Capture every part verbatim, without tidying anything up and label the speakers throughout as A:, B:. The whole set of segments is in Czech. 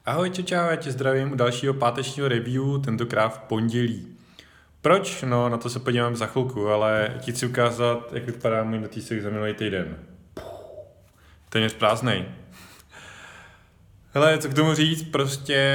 A: Ahoj, čau, čau, já tě zdravím u dalšího pátečního review, tentokrát v pondělí. Proč? No, na to se podívám za chvilku, ale ti chci ukázat, jak vypadá můj notýsek za minulý týden. Téměř prázdnej. Hele, co k tomu říct, prostě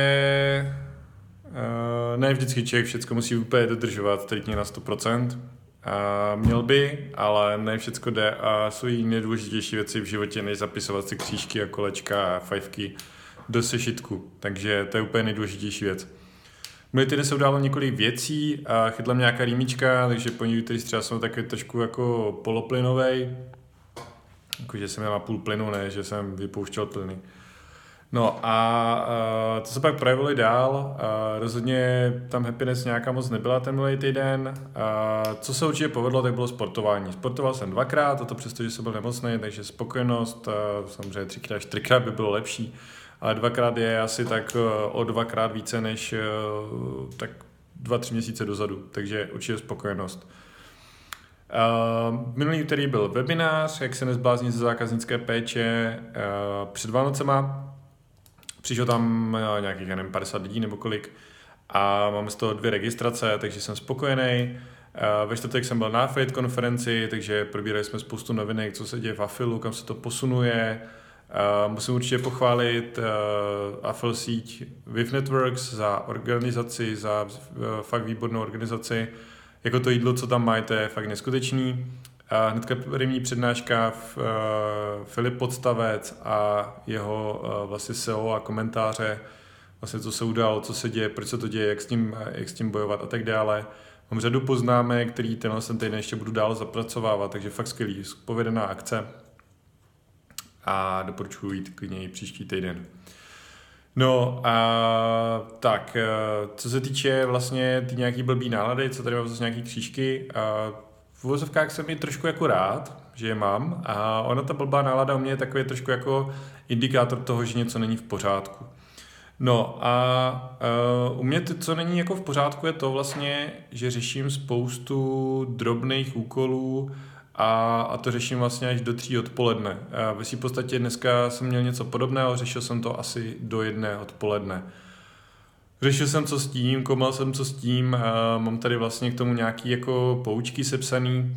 A: uh, ne vždycky člověk všecko musí úplně dodržovat, striktně na sto procent. Uh, měl by, ale ne všecko jde a jsou jí nejdůležitější věci v životě, než zapisovat si křížky a kolečka a fajfky do sešitku, takže to je úplně nejdůležitější věc. Minulý týden se událo několik věcí a chytla mě nějaká rýmička, takže po ní který třeba jsem takový trošku jako poloplynovej, jakože jsem měl na půl plynu, ne, že jsem vypouštěl plyny. No a, a to se pak projevilo dál, a rozhodně tam happiness nějaká moc nebyla ten minulý týden. A co se určitě povedlo, tak bylo sportování. Sportoval jsem dvakrát, a to přesto, že jsem byl nemocný, takže spokojenost, samozřejmě třikrát, čtyřikrát by bylo lepší, ale dvakrát je asi tak o dvakrát více než tak dva, tři měsíce dozadu, takže určitě spokojenost. Uh, minulý úterý byl webinář, jak se nezbláznit ze zákaznické péče uh, před Vánocema. Přišlo tam uh, nějakých, já nevím, padesát lidí nebo kolik a máme z toho dvě registrace, takže jsem spokojený. Uh, ve čtvrtek jsem byl na affiliate konferenci, takže probírali jsme spoustu novinek, co se děje v Affilu, kam se to posunuje. Uh, musím určitě pochválit uh, Affil síť W I F Networks za organizaci, za uh, fakt výbornou organizaci. Jako to jídlo, co tam mají, to je fakt neskutečný. Uh, hnedka první přednáška v, uh, Filip Podstavec a jeho uh, vlastně S E O a komentáře, vlastně co se udalo, co se děje, proč se to děje, jak s tím, jak s tím bojovat a tak dále. Mám řadu poznámek, který tenhle ten týden ještě budu dál zapracovávat, takže fakt skvělý, povedená akce. A doporučuji jít klidně i příští týden. No a tak, co se týče vlastně ty nějaký blbý nálady, co tady mám zase nějaký křížky, a v uvozovkách jsem i trošku jako rád, že je mám a ona ta blbá nálada u mě je takový trošku jako indikátor toho, že něco není v pořádku. No a uh, u mě to, co není jako v pořádku, je to vlastně, že řeším spoustu drobných úkolů, A, a to řeším vlastně až do tří odpoledne. A ve v podstatě dneska jsem měl něco podobného, řešil jsem to asi do jedné odpoledne. Řešil jsem co s tím, komal jsem co s tím, a mám tady vlastně k tomu nějaký jako poučky sepsaný,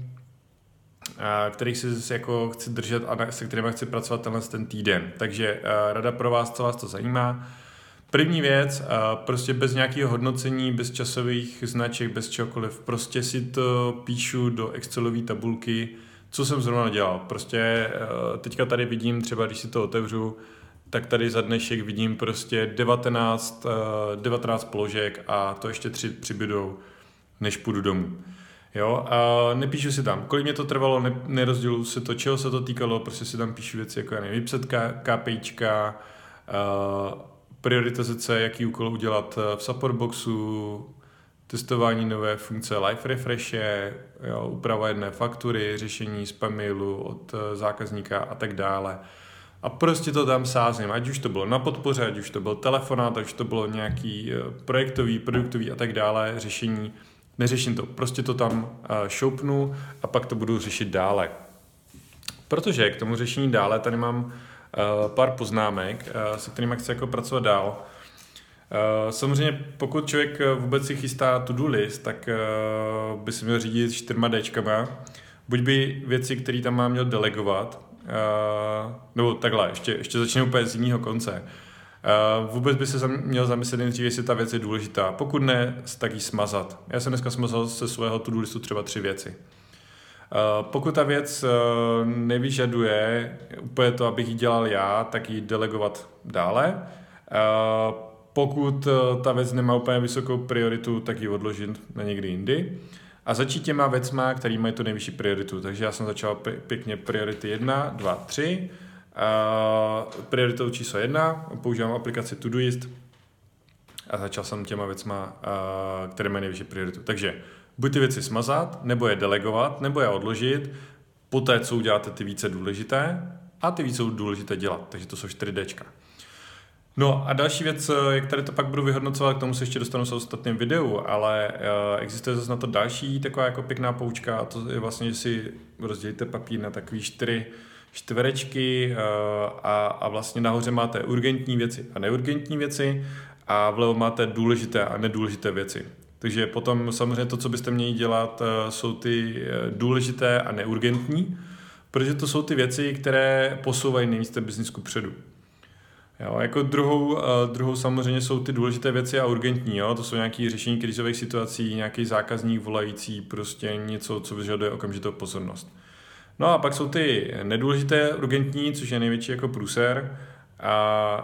A: a kterých si jako chci držet a se kterými chci pracovat tenhle ten týden. Takže rada pro vás, co vás to zajímá. První věc, prostě bez nějakého hodnocení, bez časových značek, bez čehokoliv, prostě si to píšu do Excelové tabulky, co jsem zrovna dělal. Prostě teďka tady vidím, třeba když si to otevřu, tak tady za dnešek vidím prostě devatenáct, devatenáct položek a to ještě tři přibydou, než půjdu domů. Jo, a nepíšu si tam, kolik mě to trvalo, ne, nerozděluji si to, čeho se to týkalo, prostě si tam píšu věci jako, já nevím, vypsetka, KPIčka, uh, prioritizace, jaký úkol udělat v support boxu, testování nové funkce live refreshe, jo, úprava jedné faktury, řešení spam mailu od zákazníka a tak dále. A prostě to tam sázím, ať už to bylo na podpoře, ať už to byl telefonát, ať už to bylo nějaký projektový, produktový a tak dále řešení. Neřeším to, prostě to tam šoupnu a pak to budu řešit dále. Protože k tomu řešení dále tady mám Uh, pár poznámek, uh, se kterými chci jako pracovat dál. Uh, samozřejmě, pokud člověk vůbec si chystá to-do list, tak uh, by se měl řídit čtyřma Dčkama. Buď by věci, které tam má, měl delegovat, uh, nebo takhle, ještě, ještě začne úplně z jiného konce. Uh, vůbec by se zam, měl zamyslet nejdřív, jestli ta věc je důležitá. Pokud ne, tak ji smazat. Já jsem dneska smazal ze svého to-do listu třeba tři věci. Uh, pokud ta věc uh, nevyžaduje úplně to, abych ji dělal já, tak ji delegovat dále. Uh, pokud uh, ta věc nemá úplně vysokou prioritu, tak ji odložit na někdy jindy. A začít těma věcma, který mají tu nejvyšší prioritu. Takže já jsem začal p- pěkně priority jedna, dva, tři. Uh, prioritou číslo jedna, používám aplikaci Todoist a začal jsem těma věcma, uh, které mají nejvyšší prioritu. Takže buď ty věci smazat, nebo je delegovat, nebo je odložit, poté, co uděláte ty více důležité a ty více důležité dělat. Takže to jsou čtyři Dčka. No a další věc, jak tady to pak budu vyhodnocovat, k tomu se ještě dostanu v ostatním videu, ale existuje zase na to další taková jako pěkná poučka, a to je vlastně, že si rozdělíte papír na takový čtyři, čtverečky a, a vlastně nahoře máte urgentní věci a neurgentní věci a vlevo máte důležité a nedůležité věci. Takže potom samozřejmě to, co byste měli dělat, jsou ty důležité a neurgentní, protože to jsou ty věci, které posouvají nejvíc ten biznis kupředu. Jo, jako druhou, druhou samozřejmě jsou ty důležité věci a urgentní, jo? To jsou nějaké řešení krizových situací, nějaký zákazník volající, prostě něco, co vyžaduje okamžitou pozornost. No a pak jsou ty nedůležité urgentní, což je největší jako průser a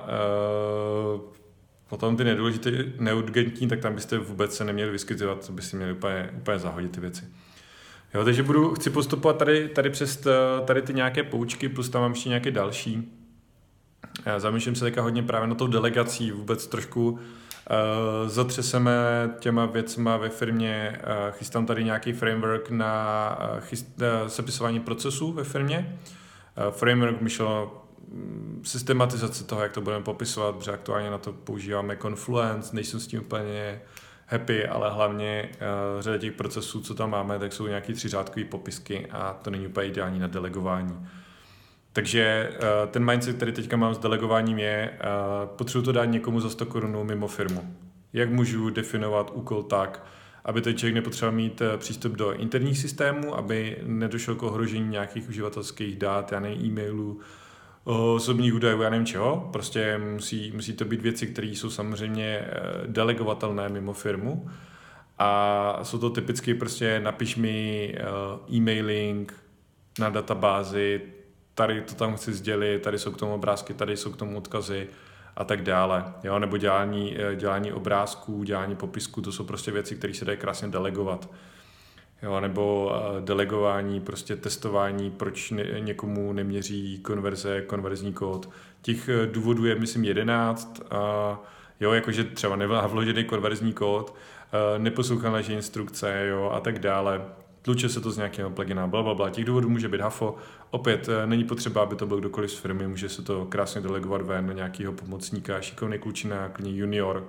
A: e, potom ty nedůležité neurgentní, tak tam byste vůbec se neměli vyskytovat, byste měli úplně, úplně zahodit ty věci. Jo, takže budu, chci postupovat tady, tady přes tady ty nějaké poučky, plus tam mám ještě nějaké další. Zamýšlím se teďka hodně právě na tou delegací, vůbec trošku uh, zatřeseme těma věcma ve firmě, uh, chystám tady nějaký framework na uh, chyst, uh, sepisování procesů ve firmě. Uh, framework myšleno um, systematizace toho, jak to budeme popisovat, protože aktuálně na to používáme Confluence, nejsem s tím úplně happy, ale hlavně uh, řada těch procesů, co tam máme, tak jsou nějaký třiřádkové popisky a to není úplně ideální na delegování. Takže uh, ten mindset, který teďka mám s delegováním je, uh, potřebuji to dát někomu za sto korun mimo firmu. Jak můžu definovat úkol tak, aby ten člověk nepotřeboval mít uh, přístup do interních systémů, aby nedošlo k ohrožení nějakých uživatelských dát, já nevím, e-mailů, osobních údajů, já nevím čeho. Prostě musí, musí to být věci, které jsou samozřejmě uh, delegovatelné mimo firmu. A jsou to typicky prostě napiš mi uh, e-mailing na databázi, tady to tam chci sdělit, tady jsou k tomu obrázky, tady jsou k tomu odkazy a tak dále. Jo? Nebo dělání, dělání obrázků, dělání popisků, to jsou prostě věci, které se dají krásně delegovat. Jo? Nebo delegování, prostě testování, proč ne, někomu neměří konverze, konverzní kód. Těch důvodů je, myslím, jedenáct. A jo, jakože třeba nebyl vložený konverzní kód, neposlouchal naše instrukce, jo, a tak dále. Tluče se to s nějakým pluginem, blablabla. Těch důvodů může být hafo. Opět není potřeba, aby to byl kdokoliv z firmy, může se to krásně delegovat ven na nějakého pomocníka, šikovný klučina, klidně junior.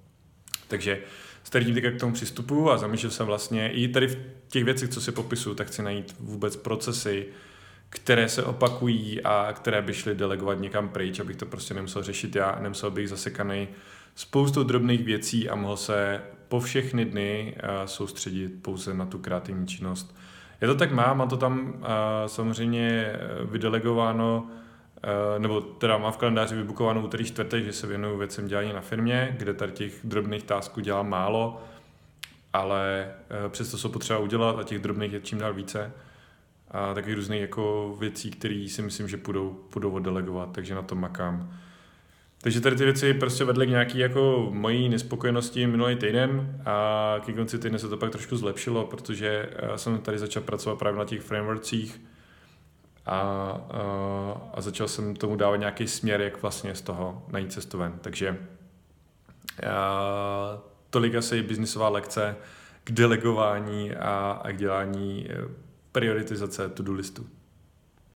A: Takže s tady tím teďka k tomu přistupuju a zamýšlel jsem vlastně i tady v těch věcech, co si popisuju, tak chci najít vůbec procesy, které se opakují a které by šly delegovat někam pryč, abych to prostě nemusel řešit já, nemusel bych zasekaný spoustou drobných věcí a mohl se po všechny dny uh, soustředit pouze na tu kreativní činnost. Já to tak mám, mám to tam uh, samozřejmě vydelegováno, uh, nebo teda mám v kalendáři vybukováno úterý čtvrtek, že se věnuju věcem dělání na firmě, kde tady těch drobných tasků dělám málo, ale uh, přesto jsou potřeba udělat a těch drobných je čím dál více. A takových různých jako věcí, které si myslím, že půjdou, půjdou oddelegovat, takže na tom makám. Takže tady ty věci prostě vedly k nějaký jako mojí nespokojenosti minulý týden a ke konci týdne se to pak trošku zlepšilo, protože jsem tady začal pracovat právě na těch frameworkcích a, a, a začal jsem tomu dávat nějaký směr, jak vlastně z toho najít cestu ven. Takže a, tolik asi biznisová lekce k delegování a, a k dělání prioritizace to-do listu.